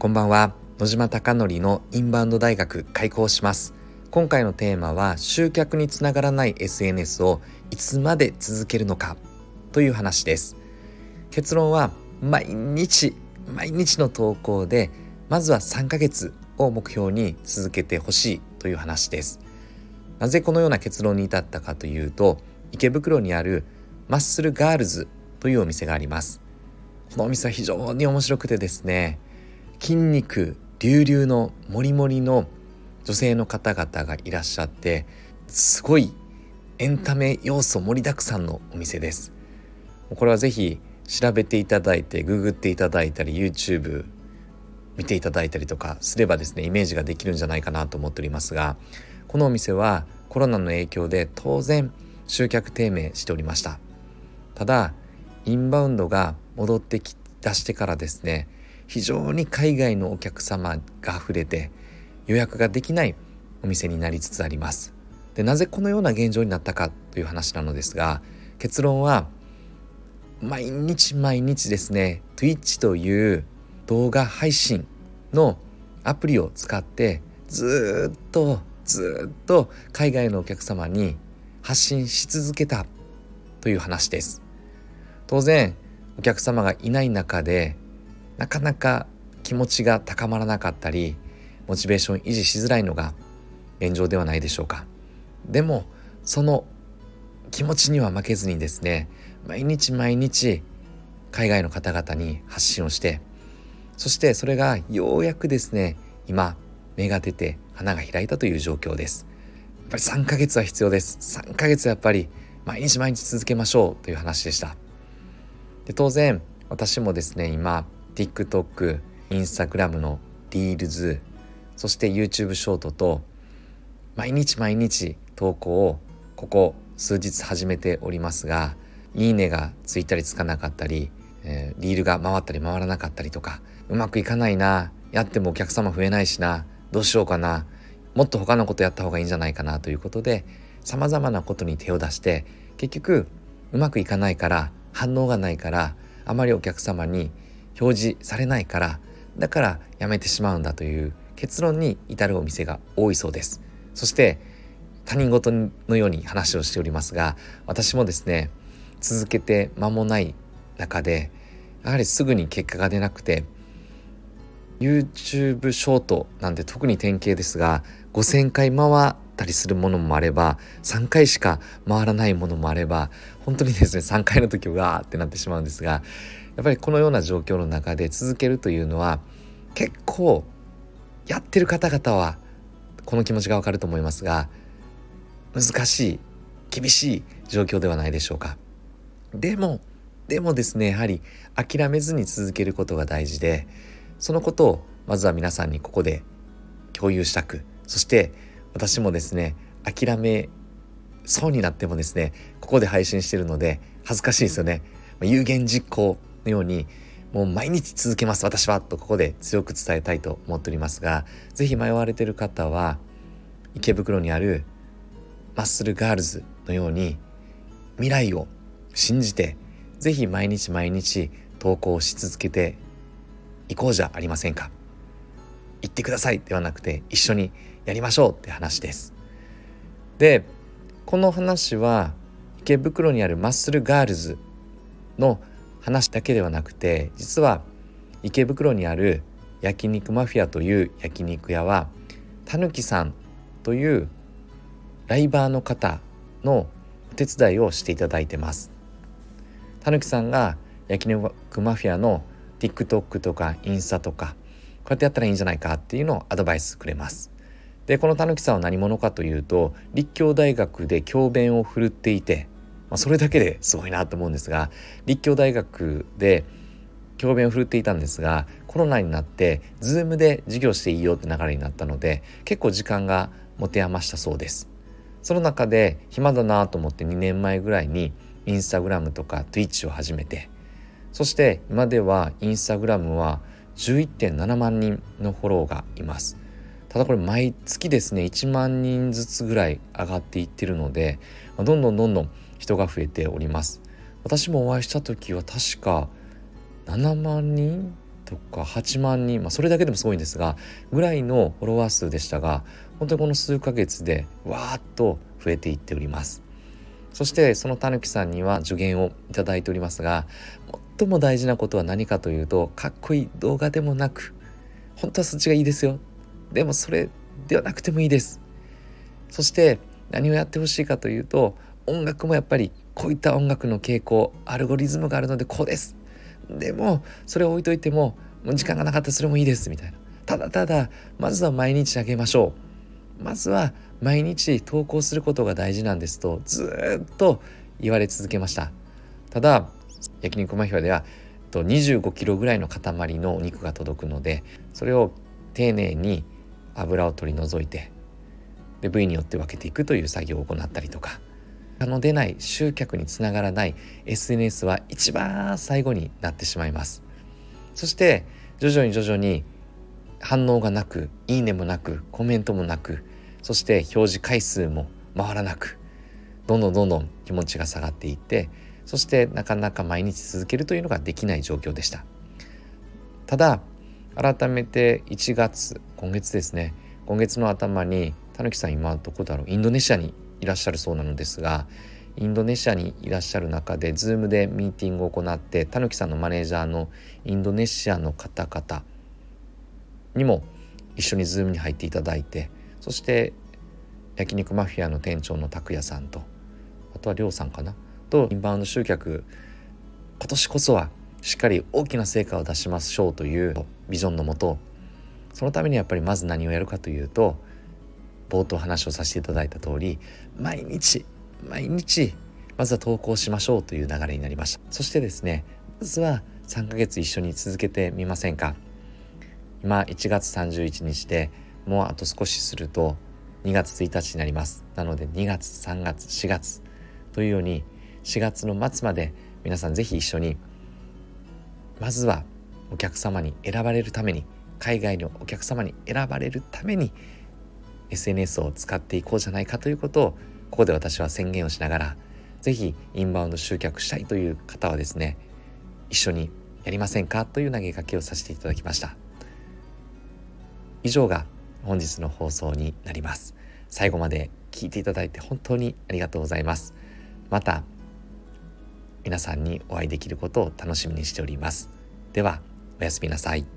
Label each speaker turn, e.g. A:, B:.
A: こんばんは。野島貴則のインバウンド大学開講します。今回のテーマは集客につながらない SNS をいつまで続けるのかという話です。結論は毎日の投稿でまずは3ヶ月を目標に続けてほしいという話です。なぜこのような結論に至ったかというと、池袋にあるマッスルガールズというお店があります。このお店は非常に面白くてですね、筋肉隆々のモリモリの女性の方々がいらっしゃって、すごいエンタメ要素盛りだくさんのお店です。これはぜひ調べていただいて、ググっていただいたり YouTube 見ていただいたりとかすればですね、イメージができるんじゃないかなと思っておりますが、このお店はコロナの影響で当然集客低迷しておりました。ただインバウンドが戻ってきだしてからですね、非常に海外のお客様が溢れて予約ができないお店になりつつあります。で、なぜこのような現状になったかという話なのですが、結論は毎日ですね、Twitch という動画配信のアプリを使ってずっと海外のお客様に発信し続けたという話です。当然お客様がいない中でなかなか気持ちが高まらなかったり、モチベーション維持しづらいのが現状ではないでしょうか。でもその気持ちには負けずにですね、毎日海外の方々に発信をして、そしてそれがようやくですね、今芽が出て花が開いたという状況です。やっぱり3ヶ月は必要です。3ヶ月はやっぱり毎日続けましょうという話でした。で、当然私もですね、今TikTok、Instagram のリールズ、そして YouTube ショートと毎日投稿をここ数日始めておりますが、いいねがついたりつかなかったり、リールが回ったり回らなかったりとか、うまくいかないな、やってもお客様増えないしな、どうしようかな、もっと他のことやった方がいいんじゃないかなということで、様々なことに手を出して、結局うまくいかないから、反応がないから、あまりお客様に表示されないから、だからやめてしまうんだという結論に至るお店が多いそうです。そして他人事のように話をしておりますが、私もですね、続けて間もない中でやはりすぐに結果が出なくて、 YouTube ショートなんて特に典型ですが、5000回回ったりするものもあれば、3回しか回らないものもあれば、本当にですね、3回の時はガーってなってしまうんですが、やっぱりこのような状況の中で続けるというのは、結構やってる方々はこの気持ちがわかると思いますが、難しい厳しい状況ではないでしょうか。でもですね、やはり諦めずに続けることが大事で、そのことをまずは皆さんにここで共有したく、そして私もですね、諦めそうになってもですね、ここで配信しているので恥ずかしいですよね。有言実行のように、もう毎日続けます私はとここで強く伝えたいと思っておりますが、ぜひ迷われている方は池袋にあるマッスルガールズのように未来を信じて、ぜひ毎日投稿し続けていこうじゃありませんか。言ってくださいではなくて、一緒にやりましょうって話です。で、この話は池袋にあるマッスルガールズの話だけではなくて、実は池袋にある焼肉マフィアという焼肉屋は、たぬきさんというライバーの方のお手伝いをしていただいてます。たぬきさんが焼肉マフィアの TikTok とかインスタとか、こうやってやったらいいんじゃないかっていうのをアドバイスくれます。で、このたぬきさんは何者かというと、立教大学で教鞭を振るっていて、それだけですごいなと思うんですが、立教大学で教鞭を振るっていたんですが、コロナになってズームで授業していいよって流れになったので、結構時間が持て余したそうです。その中で暇だなと思って2年前ぐらいにインスタグラムとか Twitch を始めて、そして今ではインスタグラムは 11.7 万人のフォローがいます。ただこれ毎月ですね、1万人ずつぐらい上がっていってるので、どんどん人が増えております。私もお会いした時は確か7万人とか8万人、それだけでもすごいんですがぐらいのフォロワー数でしたが、本当にこの数ヶ月でわーっと増えていっております。そしてそのたぬきさんには助言をいただいておりますが、最も大事なことは何かというと、かっこいい動画でもなく、本当はそっちがいいですよ、でもそれではなくてもいいです。そして何をやってほしいかというと、音楽もやっぱりこういった音楽の傾向、アルゴリズムがあるのでこうです、でもそれを置いといても時間がなかったらそれもいいですみたいな、ただただまずは毎日あげましょう、まずは毎日投稿することが大事なんですとずっと言われ続けました。ただ焼肉マフィアでは25キロぐらいの塊のお肉が届くので、それを丁寧に油を取り除いて、で部位によって分けていくという作業を行ったりとか、出ない集客につながらない SNS は一番最後になってしまいます。そして徐々に反応がなく、いいねもなく、コメントもなく、そして表示回数も回らなく、どんどん気持ちが下がっていって、そしてなかなか毎日続けるというのができない状況でした。ただ改めて今月ですね、今月の頭にたぬきさん今どこだろう、インドネシアにいらっしゃるそうなのですが、インドネシアにいらっしゃる中で Zoom でミーティングを行って、たぬきさんのマネージャーのインドネシアの方々にも一緒に Zoom に入っていただいて、そして焼肉マフィアの店長の拓也さんと、あとはりょうさんかなと、インバウンド集客今年こそはしっかり大きな成果を出しましょうというビジョンのもと、そのためにやっぱりまず何をやるかというと、冒頭話をさせていただいた通り、毎日まずは投稿しましょうという流れになりました。そしてですね、まずは3ヶ月一緒に続けてみませんか。今1月31日で、もうあと少しすると2月1日になります。なので2月3月4月というように、4月の末まで皆さんぜひ一緒に、まずはお客様に選ばれるために、海外のお客様に選ばれるために SNS を使っていこうじゃないかということを、ここで私は宣言をしながら、ぜひインバウンド集客したいという方はですね、一緒にやりませんかという投げかけをさせていただきました。以上が本日の放送になります。最後まで聞いていただいて本当にありがとうございます。また皆さんにお会いできることを楽しみにしております。ではおやすみなさい。